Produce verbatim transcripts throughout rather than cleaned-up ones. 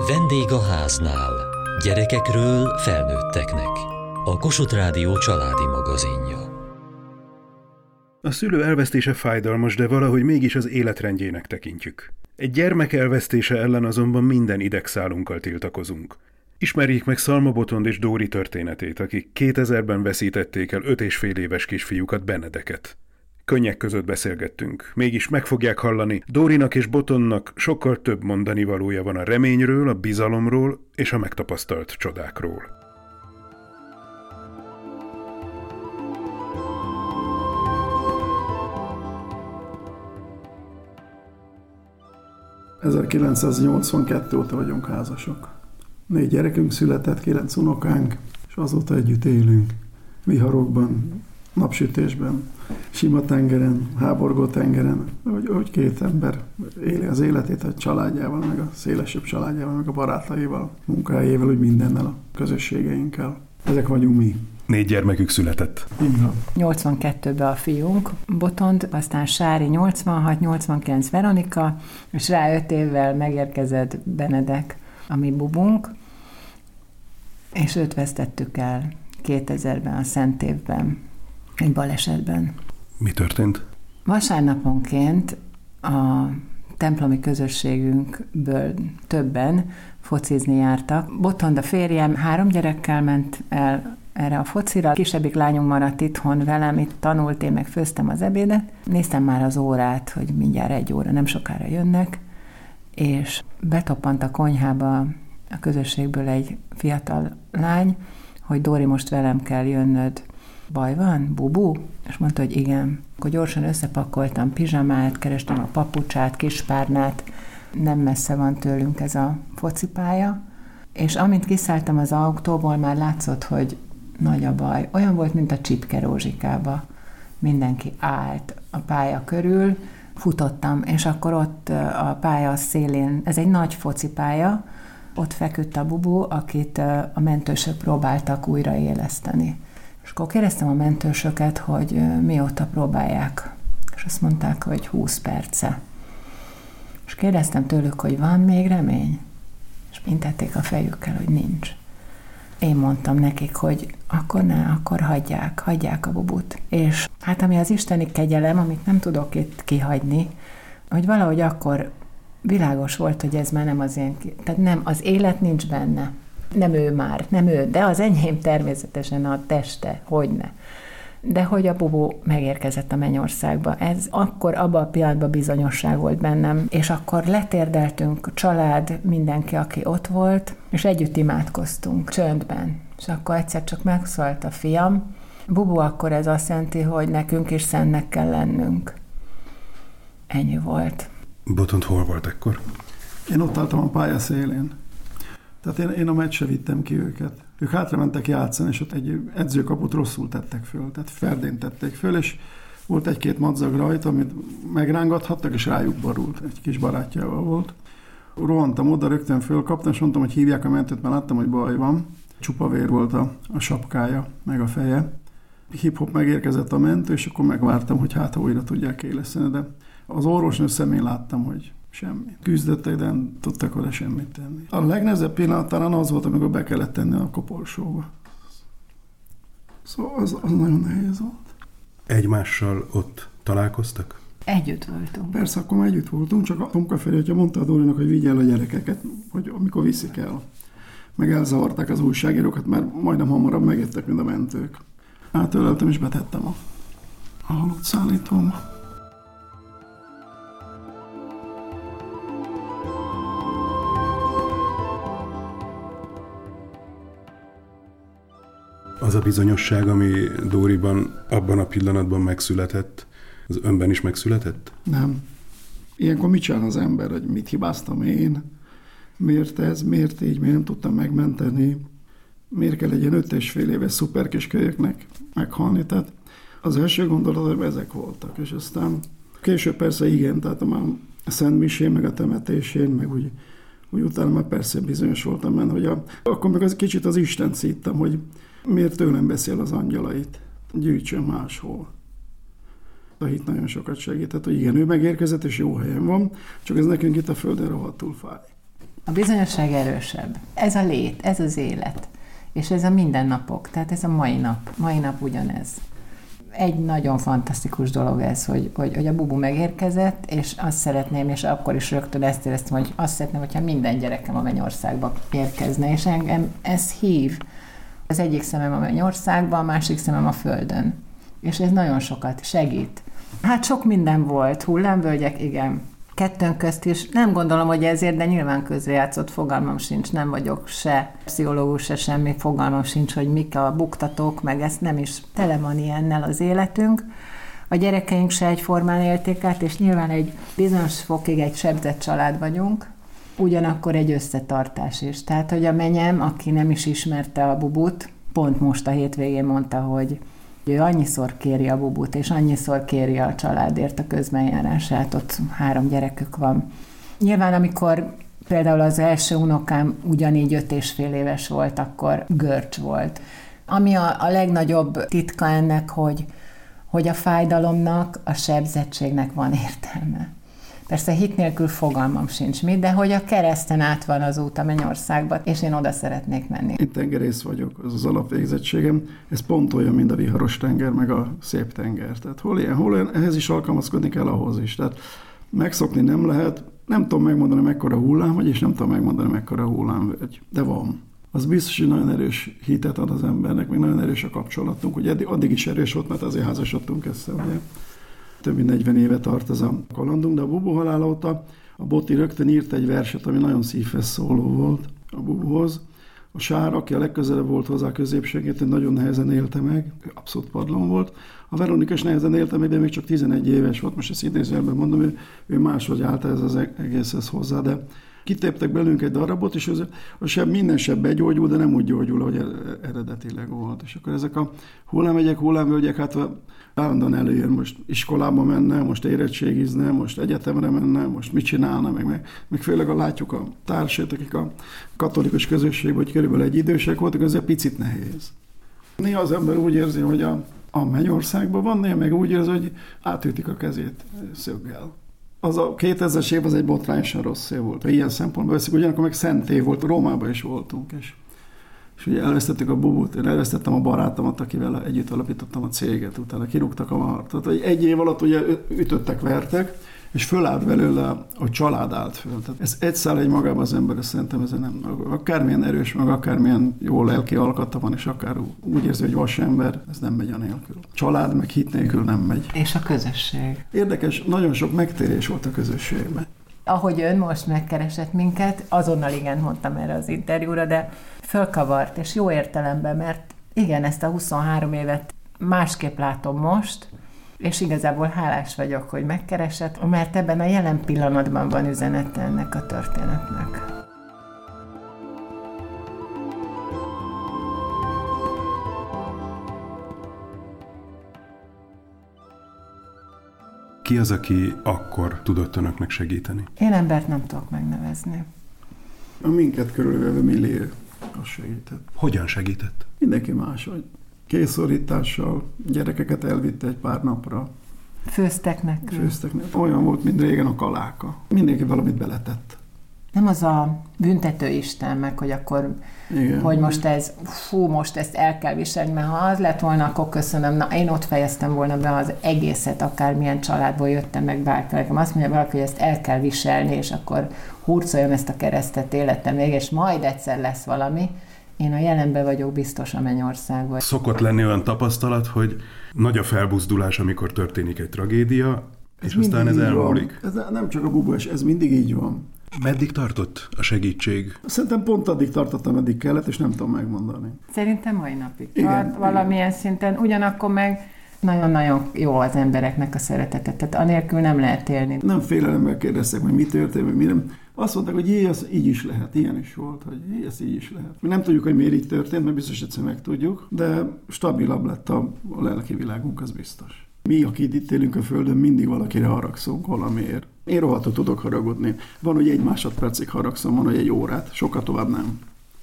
Vendég a háznál. Gyerekekről felnőtteknek. A Kossuth Rádió családi magazinja. A szülő elvesztése fájdalmas, de valahogy mégis az életrendjének tekintjük. Egy gyermek elvesztése ellen azonban minden idegszálunkkal tiltakozunk. Ismerjék meg Szalma Botond és Dóri történetét, akik kétezerben veszítették el öt és fél éves kisfiúkat, Benedeket. Könnyek között beszélgettünk, mégis meg fogják hallani, Dórinak és Botondnak sokkal több mondani valója van a reményről, a bizalomról és a megtapasztalt csodákról. ezerkilencszáznyolcvankettő óta vagyunk házasok. Négy gyerekünk született, kilenc unokánk, és azóta együtt élünk. Viharokban, napsütésben, sima tengeren, háborgó tengeren, hogy, hogy két ember éli az életét a családjával, meg a szélesebb családjával, meg a barátaival, munkájával, úgy mindennel, a közösségeinkkel. Ezek vagyunk mi. Négy gyermekük született. Igen. nyolcvankettőben a fiunk, Botond, aztán Sári nyolcvanhat, nyolcvankilenc Veronika, és rá öt évvel megérkezett Benedek, a mi bubunk, és őt vesztettük el kétezerben, a Szent Évben, egy balesetben. Mi történt? Vasárnaponként a templomi közösségünkből többen focizni jártak. Botond, a férjem három gyerekkel ment el erre a focira. A kisebbik lányunk maradt itthon velem, itt tanult, én meg főztem az ebédet. Néztem már az órát, hogy mindjárt egy óra, nem sokára jönnek, és betoppant a konyhába a közösségből egy fiatal lány, hogy Dóri, most velem kell jönnöd. Baj van? Bubu? És mondta, hogy igen. Akkor gyorsan összepakoltam pizsamát, kerestem a papucsát, kispárnát, nem messze van tőlünk ez a focipálya, és amint kiszálltam az autóból, már látszott, hogy nagy a baj. Olyan volt, mint a Csipke Rózsikába. Mindenki állt a pálya körül, futottam, és akkor ott a pálya szélén, ez egy nagy focipálya, ott feküdt a Bubu, akit a mentősök próbáltak újraéleszteni. És akkor kérdeztem a mentősöket, hogy mióta próbálják, és azt mondták, hogy húsz perce. És kérdeztem tőlük, hogy van még remény? És intették a fejükkel, hogy nincs. Én mondtam nekik, hogy akkor ne, akkor hagyják, hagyják a Bubut. És hát ami az isteni kegyelem, amit nem tudok itt kihagyni, hogy valahogy akkor világos volt, hogy ez már nem az én, tehát nem, az élet nincs benne. Nem ő már, nem ő, de az enyém természetesen a teste, hogyne. De hogy a Bubu megérkezett a mennyországba. Ez akkor abban a pillanatban bizonyosság volt bennem, és akkor letérdeltünk, család, mindenki, aki ott volt, és együtt imádkoztunk, csöndben. És akkor egyszer csak megszólalt a fiam, Bubu, akkor ez azt jelenti, hogy nekünk is szentnek kell lennünk. Ennyi volt. Botond hol volt ekkor? Én ott álltam a pálya szélén. Tehát én, én a meccsre vittem ki őket. Ők hátra mentek játszani, és ott egy edzőkaput rosszul tettek föl, tehát ferdén tették föl, és volt egy-két madzag rajta, amit megrángathattak, és rájuk barult. Egy kis barátjával volt. Rohantam oda, rögtön fölkaptam, és mondtam, hogy hívják a mentőt, mert láttam, hogy baj van. Csupa vér volt a, a sapkája, meg a feje. Hip-hop megérkezett a mentő, és akkor megvártam, hogy hát újra tudják éleszteni, de az orvosnő szemén láttam, hogy semmi. Küzdöttek, de nem tudtak oda semmit tenni. A legnehezebb pillanat talán az volt, amikor be kellett tenni a koporsóba. Szóval az, az nagyon nehéz volt. Egymással ott találkoztak? Együtt voltunk. Persze, akkor már együtt voltunk, csak a Tomka Feri, hogyha mondta a Dórinak, hogy vigye el a gyerekeket, hogy amikor viszik el. Meg elzavarták az újságírókat, mert majdnem hamarabb megjöttek, mint a mentők. Átöleltem és betettem a, a halott szállítóba. Az a bizonyosság, ami Dóriban abban a pillanatban megszületett, az önben is megszületett? Nem. Ilyenkor mit csinál az ember, hogy mit hibáztam én? Miért ez? Miért így? Miért nem tudtam megmenteni? Miért kell egy ilyen öt és fél éves szuperkis kölyöknek meghalni? Tehát az első gondolatok ezek voltak, és aztán később persze igen, tehát már a Szent Misén, meg a temetésén, meg úgy, úgy utána már persze bizonyos voltam benne, hogy a, akkor meg az kicsit az Istent szíttam, hogy miért tőlem beszél az angyalait? Gyűjtsön máshol. A hit nagyon sokat segített, hogy igen, ő megérkezett, és jó helyen van, csak ez nekünk itt a földön rohadtul fáj. A bizonyosság erősebb. Ez a lét, ez az élet. És ez a mindennapok, tehát ez a mai nap. Mai nap ugyanez. Egy nagyon fantasztikus dolog ez, hogy, hogy, hogy a bubu megérkezett, és azt szeretném, és akkor is rögtön ezt éreztem, hogy azt szeretném, hogyha minden gyerekem a mennyországba érkezne, és engem ez hív. Az egyik szemem a mennyországban, a másik szemem a földön. És ez nagyon sokat segít. Hát sok minden volt, hullámvölgyek, igen. Kettőnk közt is. Nem gondolom, hogy ezért, de nyilván közrejátszott, fogalmam sincs, nem vagyok se pszichológus, se semmi, fogalmam sincs, hogy mik a buktatók, meg ezt nem is. Tele van ilyennel az életünk. A gyerekeink se egyformán élték át, és nyilván egy bizonyos fokig egy sebzett család vagyunk, ugyanakkor egy összetartás is. Tehát, hogy a menyem, aki nem is ismerte a bubut, pont most a hétvégén mondta, hogy ő annyiszor kéri a bubut, és annyiszor kéri a családért a közbenjárását, ott három gyerekük van. Nyilván, amikor például az első unokám ugyanígy öt és fél éves volt, akkor görcs volt. Ami a, a legnagyobb titka ennek, hogy, hogy a fájdalomnak, a sebzettségnek van értelme. Persze hit nélkül fogalmam sincs mit, de hogy a kereszten át van az út a mennyországba, és én oda szeretnék menni. Én tengerész vagyok, az az alapvégzettségem. Ez pont olyan, mint a viharos tenger, meg a szép tenger. Tehát hol ilyen, hol ilyen, ehhez is alkalmazkodni kell, ahhoz is. Tehát megszokni nem lehet, nem tudom megmondani, mekkora hullám vagy, és nem tudom megmondani, mekkora hullámvölgy. De van. Az biztos, hogy nagyon erős hitet ad az embernek, még nagyon erős a kapcsolatunk. Ugye eddig, addig is erős volt, mert azért házasodtunk össze, ugye. Több mint negyven éve tart ez a kalandunk, de a bubu halála óta a Boti rögtön írt egy verset, ami nagyon szívhez szóló volt a bubuhoz. A Sár, aki a legközelebb volt hozzá a középségét, nagyon nehezen élte meg, abszolút padlón volt. A Veronika is nehezen élte meg, de még csak tizenegy éves volt, most ezt idézőjelben mondom, ő, ő máshogy állta ez az egészhez hozzá, de kitéptek belőlünk egy darabot, és az, a seb, minden seb begyógyul, de nem úgy gyógyul, ahogy eredetileg volt. És akkor ezek a hullámvölgyek, hullámvölgyek, hát állandóan előjön, most iskolába menne, most érettségizne, most egyetemre menne, most mit csinálna, meg, meg, meg főleg a látjuk a társait, akik a katolikus közösségben, hogy körülbelül egy idősek voltak, az egy picit nehéz. Néha az ember úgy érzi, hogy a, a mennyországban van, néha meg úgy érzi, hogy átütik a kezét szöggel. Az a kétezres év az egy botrányosan rossz év volt. Ilyen szempontból veszik, ugyanakkor meg szent év volt, Rómában is voltunk, és, és ugye elvesztettük a bubut, én elvesztettem a barátomat, akivel együtt alapítottam a céget, utána kirúgtak a mahart. Tehát egy év alatt ugye ütöttek, vertek, és fölállt belőle, a család állt föl. Tehát ez egy szál egy magában az ember, szerintem ez nem. Akármilyen erős, meg akármilyen jó lelki alkata van, és akár úgy érzi, hogy vas ember, ez nem megy anélkül. Család meg hit nélkül nem megy. És a közösség. Érdekes, nagyon sok megtérés volt a közösségben. Ahogy ön most megkeresett minket, azonnal igen mondtam erre az interjúra, de fölkavart, és jó értelemben, mert igen, ezt a huszonhárom évet másképp látom most, és igazából hálás vagyok, hogy megkeresett, mert ebben a jelen pillanatban van üzenete ennek a történetnek. Ki az, aki akkor tudott önöknek segíteni? Én embert nem tudok megnevezni. A minket körülvevő millió az segített. Hogyan segített? Mindenki máshogy. Készorítással, gyerekeket elvitte egy pár napra. Főztek nekünk. Főztek nekünk. Olyan volt, mint régen a kaláka. Mindenki valamit beletett. Nem az a büntető Isten meg, hogy akkor, igen, hogy most ez, fú, most ezt el kell viselni, mert ha az lett volna, akkor köszönöm. Na, én ott fejeztem volna be az egészet, akármilyen családból jöttem meg bárki. Azt mondja valaki, hogy ezt el kell viselni, és akkor hurcoljam ezt a keresztet életem végig, és majd egyszer lesz valami. Én a jelenben vagyok biztos a mennyországban. Szokott lenni olyan tapasztalat, hogy nagy a felbuzdulás, amikor történik egy tragédia, ez és aztán ez elmúlik. Ez nem csak a bubás, ez mindig így van. Meddig tartott a segítség? Szerintem pont addig tartott, ameddig kellett, és nem tudom megmondani. Szerintem mai napig igen, tart valamilyen igen. szinten. Ugyanakkor meg nagyon-nagyon jó az embereknek a szeretetet. Tehát anélkül nem lehet élni. Nem félelemmel kérdeztek, hogy mi történt, mi nem. Azt mondták, hogy jé, ez így is lehet. Ilyen is volt, hogy jé, ez így is lehet. Mi nem tudjuk, hogy miért így történt, mert biztos egyszer megtudjuk, de stabilabb lett a, a lelki világunk, az biztos. Mi, akik itt élünk a Földön, mindig valakire haragszunk valamiért. Én rohadtul tudok haragudni. Van, hogy egy másodpercig haragszom, van, hogy egy órát, sokkal tovább nem.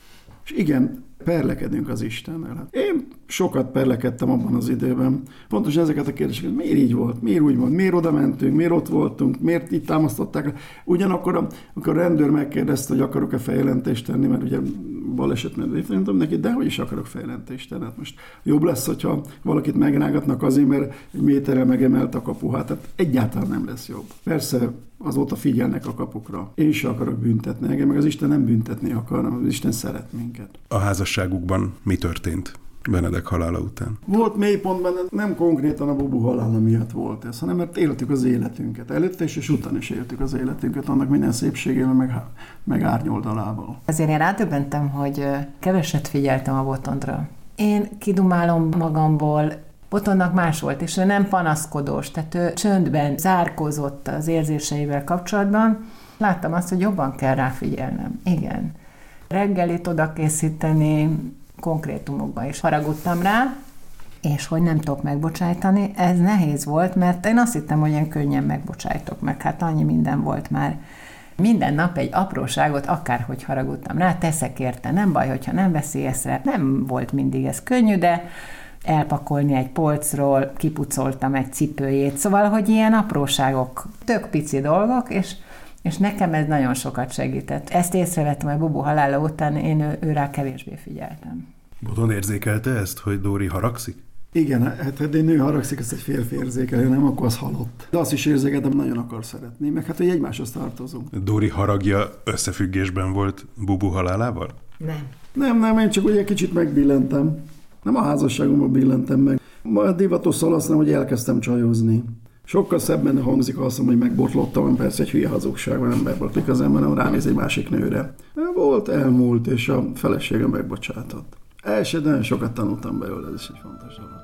És igen, perlekedünk az Istennel. Én sokat perlekedtem abban az időben. Pontosan ezeket a kérdéseket, miért így volt, miért úgy volt, miért oda mentünk, miért ott voltunk, miért itt támasztották le. Ugyanakkor, amikor a rendőr megkérdezte, hogy akarok-e feljelentést tenni, mert ugye baleset mellett mondtam neki, de hogy is akarok feljelentést tenni. Hát most jobb lesz, hogyha valakit megrágatnak azért, mert egy méterrel megemelt a kapu. Hát egyáltalán nem lesz jobb. Persze azóta figyelnek a kapukra. Én is akarok büntetni engem, meg az Isten nem büntetni akar, az Isten szeret minket. A házasságukban mi történt Benedek halála után? Volt mélypontban, nem konkrétan a Bubu halála miatt volt ez, hanem mert éltük az életünket. Előtte is és utána is éltük az életünket, annak minden szépségével, meg, meg árnyoldalával. Azért én rádöbbentem, hogy keveset figyeltem a Botondra. Én kidumálom magamból, Botonnak más volt, és ő nem panaszkodós, tehát ő csöndben zárkózott az érzéseivel kapcsolatban. Láttam azt, hogy jobban kell ráfigyelnem. Igen. Reggelit oda készíteni, konkrétumokban is haragudtam rá, és hogy nem tudok megbocsájtani, ez nehéz volt, mert én azt hittem, hogy én könnyen megbocsájtok meg, hát annyi minden volt már. Minden nap egy apróságot, akárhogy haragudtam rá, teszek érte, nem baj, hogyha nem veszi észre. Nem volt mindig ez könnyű, de elpakolni egy polcról, kipucoltam egy cipőjét, szóval, hogy ilyen apróságok, tök pici dolgok, és, és nekem ez nagyon sokat segített. Ezt észrevettem a Bubu halála után, én ő, ő rá kevésbé figyeltem. Botond érzékelte ezt, hogy Dóri haragszik? Igen, hát ha egy nő haragszik, ezt egy férfi érzékelje, nem, akkor az halott. De azt is érzékeltem, nagyon akar szeretni, meg hát, hogy egymáshoz tartozunk. Dóri haragja összefüggésben volt Bubu halálával? Nem. Nem, nem, én csak ugye kicsit megbillentem. Nem a házasságomban billentem meg. Ma divatos azt nem, hogy elkezdtem csajozni. Sokkal szebben hangzik azt, hogy megbotlottam, persze egy hülye hazugság, mert nem megbotlik az ember, hanem ránéz egy másik nőre. Volt, elmúlt, és a feleségem megbocsátott. El se, de sokat tanultam belőle, ez is egy fontos dolog.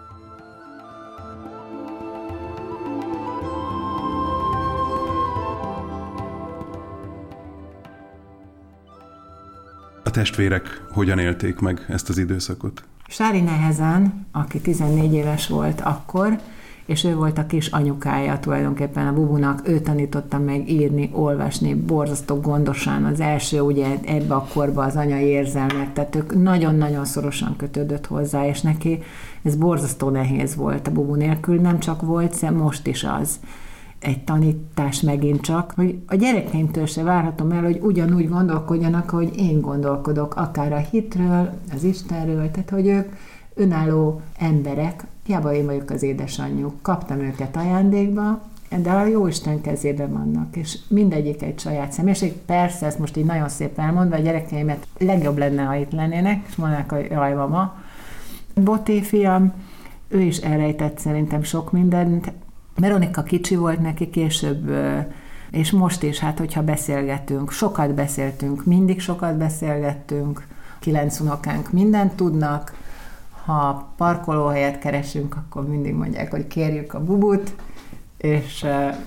A testvérek hogyan élték meg ezt az időszakot? Sári nehezen, aki tizennégy éves volt akkor, és ő volt a kis anyukája tulajdonképpen a Bubunak, ő tanította meg írni, olvasni, borzasztó gondosan, az első ugye ebbe a korba az anyai érzelmek, tehát ők nagyon-nagyon szorosan kötődött hozzá, és neki ez borzasztó nehéz volt a Bubu nélkül, nem csak volt, de most is az. Egy tanítás megint csak, hogy a gyerekeimtől se várhatom el, hogy ugyanúgy gondolkodjanak, ahogy én gondolkodok, akár a hitről, az Istenről, tehát hogy ők önálló emberek, hiába én vagyok az édesanyjuk, kaptam őket ajándékba, de a Jóisten kezében vannak, és mindegyik egy saját személyiség. Persze, ezt most így nagyon szépen elmondva, a gyerekeimet legjobb lenne, ha itt lennének, és mondanák, hogy jaj, mama. Boté fiam, ő is elrejtett szerintem sok mindent. Veronika kicsi volt neki később, és most is, hát hogyha beszélgetünk, sokat beszéltünk, mindig sokat beszélgettünk, kilenc unokánk mindent tudnak, ha parkolóhelyet keresünk, akkor mindig mondják, hogy kérjük a Bubut, és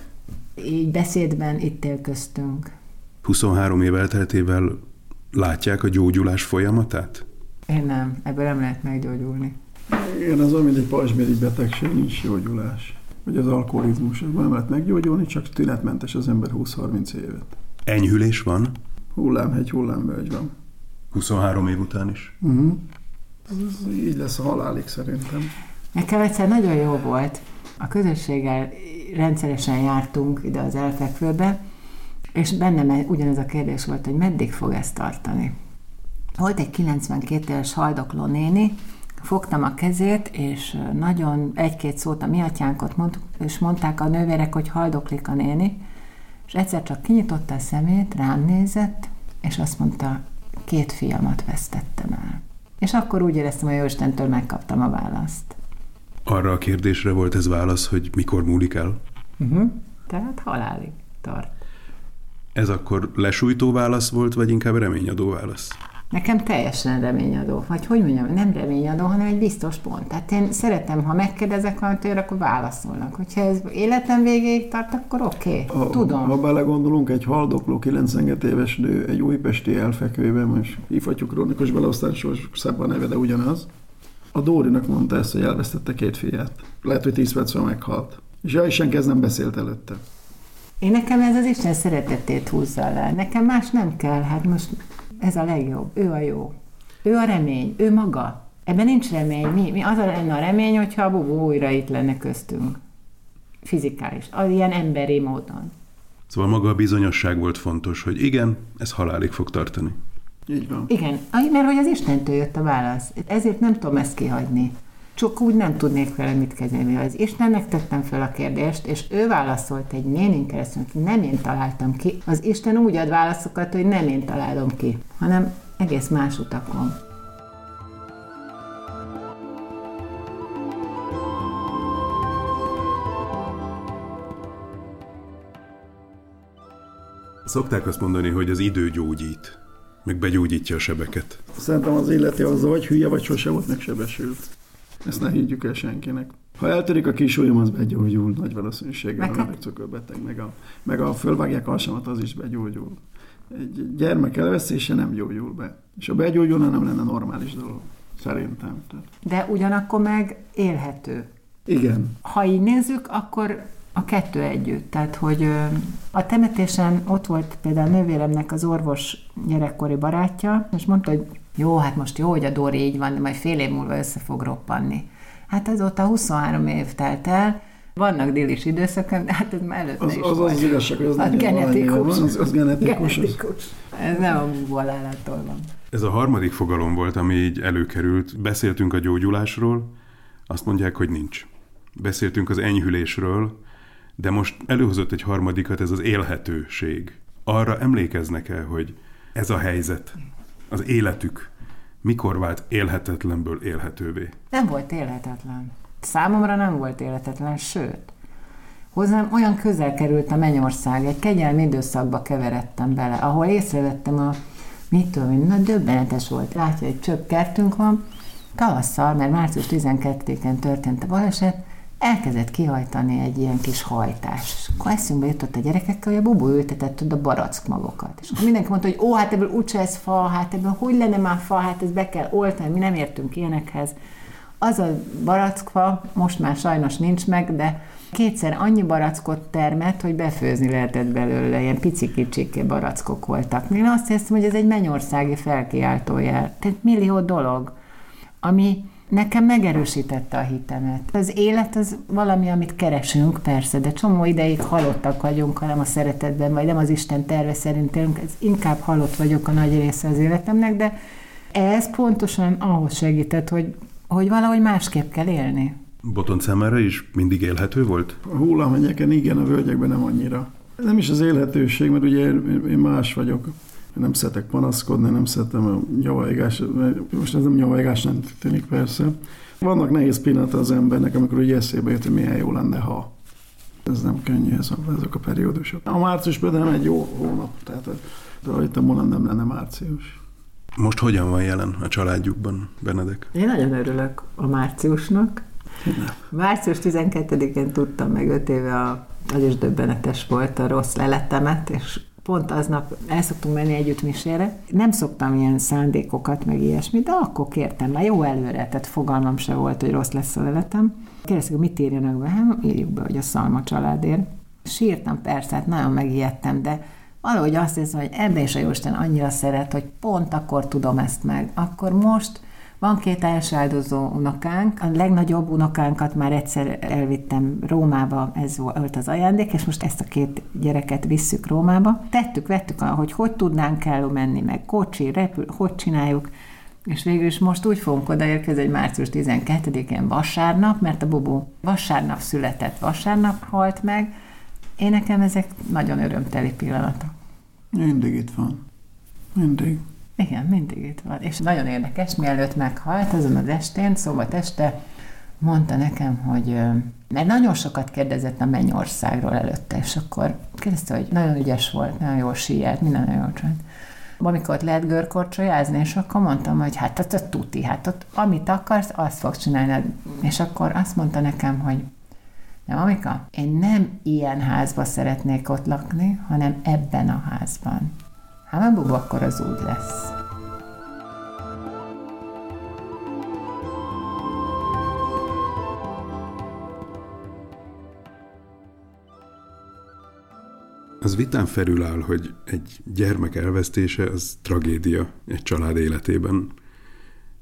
így beszédben itt él köztünk. huszonhárom év elteltével látják a gyógyulás folyamatát? Én nem, ebből nem lehet meggyógyulni. Igen, az olyan, mint egy pajzsmirigy betegség, nincs gyógyulás. Vagy az alkoholizmus, nem lehet meggyógyulni, csak tünetmentes az ember húsz-harminc évet. Enyhülés van? Hullámhegy, hullámvölgy van. huszonhárom év után is? Uh-huh. Ez így lesz a halálig szerintem. Nekem egyszer nagyon jó volt. A közösséggel rendszeresen jártunk ide az elfekvőbe, és bennem ugyanez a kérdés volt, hogy meddig fog ezt tartani. Volt egy kilencvenkét éves haldokló néni, fogtam a kezét, és nagyon egy-két szót a mi atyánkot mondtuk, és mondták a nővérek, hogy haldoklik a néni, és egyszer csak kinyitotta a szemét, rám nézett, és azt mondta, két fiamat vesztettem el. És akkor úgy éreztem, hogy Jóistentől megkaptam a választ. Arra a kérdésre volt ez válasz, hogy mikor múlik el? Uh-huh. Tehát halálig tart. Ez akkor lesújtó válasz volt, vagy inkább reményadó válasz? Nekem teljesen reményadó. Vagy hogy mondjam, nem reményadó, hanem egy biztos pont. Tehát én szeretem, ha megkérdezek valamit, akkor válaszolnak. Hogyha ez életem végéig tart, akkor oké, okay, tudom. Ha belegondolunk, egy haldokló kilencvenkét éves nő egy újpesti elfekvőben, most hívhatjuk krónikus belosztásos, szebb a neve, de ugyanaz. A Dórinak mondta ezt, hogy elvesztette két fiát. Lehet, hogy tíz percben meghalt. És ja, Isten kezd nem beszélt előtte. Én nekem ez az Isten szeretetét húzza le. Nekem más nem kell, hát most ez a legjobb, ő a jó. Ő a remény, ő maga. Ebben nincs remény. Mi, mi az a lenne a remény, hogyha a Bubu újra itt lenne köztünk. Fizikális, az ilyen emberi módon. Szóval maga a bizonyosság volt fontos, hogy igen, ez halálig fog tartani. Így van. Igen, mert hogy az Istentől jött a válasz. Ezért nem tudom ezt kihagyni. Csak úgy nem tudnék vele mit kezdeni. Az Istennek tettem fel a kérdést, és ő válaszolt egy nénin keresztül, hogy nem én találtam ki. Az Isten úgy ad válaszokat, hogy nem én találom ki, hanem egész más utakon. Szokták azt mondani, hogy az idő gyógyít, meg begyógyítja a sebeket. Szerintem az életi az vagy hülye, vagy sose volt megsebesült. Ezt ne higgyük el senkinek. Ha eltörik a kis ujjam, az begyógyul nagy valószínűséggel, a cukorbeteg, meg a, meg a fölvágják alsamat, az is begyógyul. Egy gyermek elvesztése nem gyógyul be. És ha begyógyulna, nem lenne normális dolog. Szerintem. De ugyanakkor meg élhető. Igen. Ha így nézzük, akkor a kettő együtt. Tehát, hogy a temetésen ott volt például a nővéremnek az orvos gyerekkori barátja, és mondta, hogy jó, hát most jó, hogy a Dóri így van, de majd fél év múlva össze fog roppanni. Hát azóta huszonhárom év telt el, vannak délis időszakon, de hát ez már előtte az, is az, volt. az az igazság, hogy az, az genetikus. Az, az genetikus. genetikus. Ez nem a bubolállától van. Ez a harmadik fogalom volt, ami így előkerült. Beszéltünk a gyógyulásról, azt mondják, hogy nincs. Beszéltünk az enyhülésről, de most előhozott egy harmadikat, ez az élhetőség. Arra emlékeznek el, hogy ez a helyzet, az életük mikor vált élhetetlenből élhetővé? Nem volt élhetetlen. Számomra nem volt élhetetlen, sőt. Hozzám olyan közel került a mennyország, egy kegyelmi időszakba keveredtem bele, ahol észrevettem a, mit tudom én, na döbbenetes volt. Látja, egy csöpp kertünk van, tavasszal, mert március tizenkettedikén történt a baleset, elkezdett kihajtani egy ilyen kis hajtás. És akkor eszünkbe jutott a gyerekekkel, hogy a Bubu ültetett oda barackmagokat. És akkor mindenki mondta, hogy ó, hát ebből úgyse ez fa, hát ebből hogy lenne már fa, hát ezt be kell oltani, mi nem értünk ilyenekhez. Az a barackfa most már sajnos nincs meg, de kétszer annyi barackot termett, hogy befőzni lehetett belőle, ilyen pici-kicsik barackok voltak. Én azt hiszem, hogy ez egy mennyországi felkiáltójel. Tehát millió dolog, ami nekem megerősítette a hitemet. Az élet az valami, amit keresünk, persze, de csomó ideig halottak vagyunk, ha nem a szeretetben, vagy nem az Isten terve szerint élünk, ez inkább halott vagyok a nagy része az életemnek, de ez pontosan ahhoz segített, hogy, hogy valahogy másképp kell élni. Botont számára is mindig élhető volt? A hullámhegyeken igen, a völgyekben nem annyira. Nem is az élhetőség, mert ugye én más vagyok. Nem szeretek panaszkodni, nem szeretem a nyavaigás, most ez nem nyavaigás, nem tűnik persze. Vannak nehéz pillanata az embernek, amikor ugye eszébe jött, hogy milyen jó lenne, ha. Ez nem könnyű, ez a, ezek a periódusok. A március például nem egy jó hónap, tehát rajtam volna nem lenne március. Most hogyan van jelen a családjukban, Benedek? Én nagyon örülök a márciusnak. Nem. március tizenkettedikén tudtam meg öt éve, a, az is döbbenetes volt a rossz leletemet, és pont aznap el szoktunk menni együtt misére. Nem szoktam ilyen szándékokat, meg ilyesmit, de akkor kértem már jó előre, tehát fogalmam se volt, hogy rossz lesz a leletem. Kérdezték, hogy mit írjanak be, hát írjuk be, hogy a Szalma családért. Sírtam persze, hát nagyon megijedtem, de valahogy azt hiszem, hogy ebbe is a Jóisten annyira szeret, hogy pont akkor tudom ezt meg. Akkor most van két elsáldozó unokánk, a legnagyobb unokánkat már egyszer elvittem Rómába, ez volt az ajándék, és most ezt a két gyereket visszük Rómába. Tettük, vettük, hogy hogy tudnánk el menni, meg kocsi, repül, hogy csináljuk, és végül is most úgy fogunk odaérkezni, hogy március tizenkettedikén vasárnap, mert a Bubu vasárnap született, vasárnap halt meg. Én nekem ezek nagyon örömteli pillanatok. Mindig itt van. Mindig. Igen, mindig itt van. És nagyon érdekes, mielőtt meghalt, azon az estén, szombat este mondta nekem, hogy mert nagyon sokat kérdezett a Mennyországról előtte, és akkor kérdezte, hogy nagyon ügyes volt, nagyon jól síjált, minden nagyon jól csinált. Amikor ott lehet görkorcsolyázni, és akkor mondtam, hogy hát ott, ott tuti, hát ott amit akarsz, azt fog csinálni. És akkor azt mondta nekem, hogy nem, Amika, én nem ilyen házba szeretnék ott lakni, hanem ebben a házban. Hát a Bubu, akkor az úgy lesz. Az vitán felül áll, hogy egy gyermek elvesztése az tragédia egy család életében.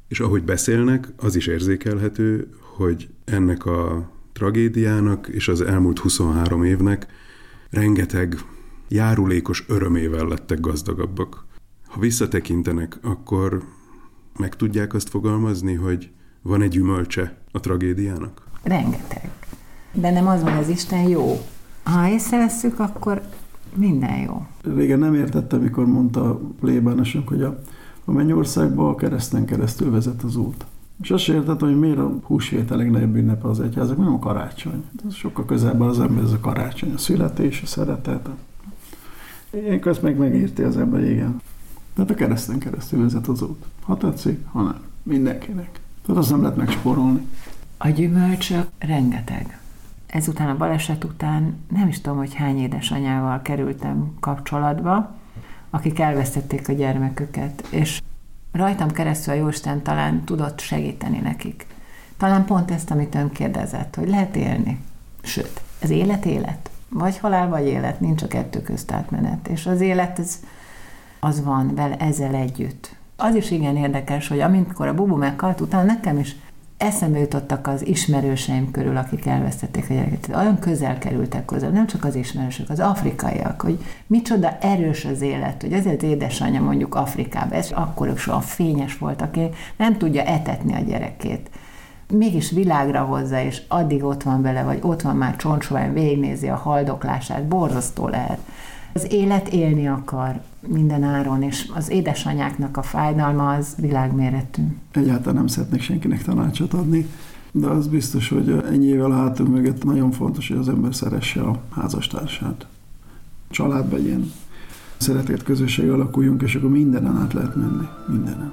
És ahogy beszélnek, az is érzékelhető, hogy ennek a tragédiának és az elmúlt huszonhárom évnek rengeteg járulékos örömével lettek gazdagabbak. Ha visszatekintenek, akkor meg tudják azt fogalmazni, hogy van egy gyümölcse a tragédiának? Rengeteg. Bennem az van, az Isten jó. Ha észrevesszük, akkor minden jó. Régen nem értettem, mikor mondta a plébánosunk, hogy a, a Mennyországba a kereszten keresztül vezet az út. És azt sem értettem, hogy miért a húsvét a legnagyobb ünnepe az egyházak, nem a karácsony. Ez sokkal közelben az ember, ez a karácsony, a születés, a szeretet. Ilyenkor ezt meg megérti az ember, igen. Tehát a kereszten keresztül vezet az út. Ha tetszik, ha nem. Mindenkinek. Tehát azt nem lehet megspórolni. A gyümölcsök rengeteg. Ezután a baleset után nem is tudom, hogy hány édesanyával kerültem kapcsolatba, akik elvesztették a gyermeküket, és rajtam keresztül a Jóisten talán tudott segíteni nekik. Talán pont ezt, amit ön kérdezett, hogy lehet élni. Sőt, ez élet, élet. Vagy halál, vagy élet, nincs a kettő közt átmenet. És az élet, ez, az van vele ezzel együtt. Az is igen érdekes, hogy amikor a bubu meghalt, utána nekem is eszembe jutottak az ismerőseim körül, akik elvesztették a gyereket. Olyan közel kerültek közel, nem csak az ismerősök, az afrikaiak, hogy micsoda erős az élet, hogy azért az édesanyja mondjuk Afrikában, ez akkor is olyan fényes volt, aki nem tudja etetni a gyerekét. Mégis világra hozza, és addig ott van vele, vagy ott van már csontsóván, végignézi a haldoklását, borzasztó lehet. Az élet élni akar minden áron, és az édesanyáknak a fájdalma az világméretű. Egyáltalán nem szeretnék senkinek tanácsot adni, de az biztos, hogy ennyi évvel a hátunk mögött nagyon fontos, hogy az ember szeresse a házastársát. Családban ilyen szeretett közösség alakuljunk, és akkor mindenen át lehet menni. Mindenen.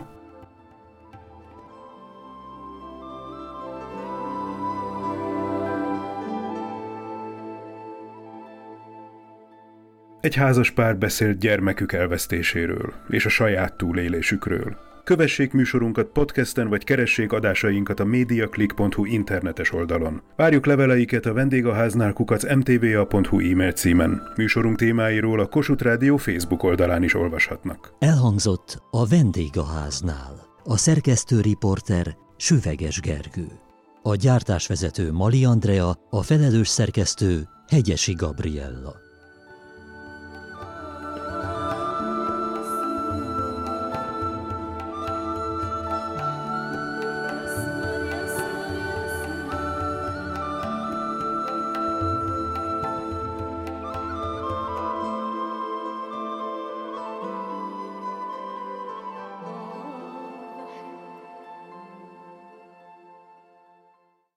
Egy házas pár beszélt gyermekük elvesztéséről és a saját túlélésükről. Kövessék műsorunkat podcasten, vagy keressék adásainkat a mediaclick pont hu internetes oldalon. Várjuk leveleiket a vendégháznál kukac em té vé á pont hu e-mail címen. Műsorunk témáiról a Kossuth Rádió Facebook oldalán is olvashatnak. Elhangzott a vendégháznál. A szerkesztő riporter Süveges Gergő. A gyártásvezető Mali Andrea, a felelős szerkesztő Hegyesi Gabriella.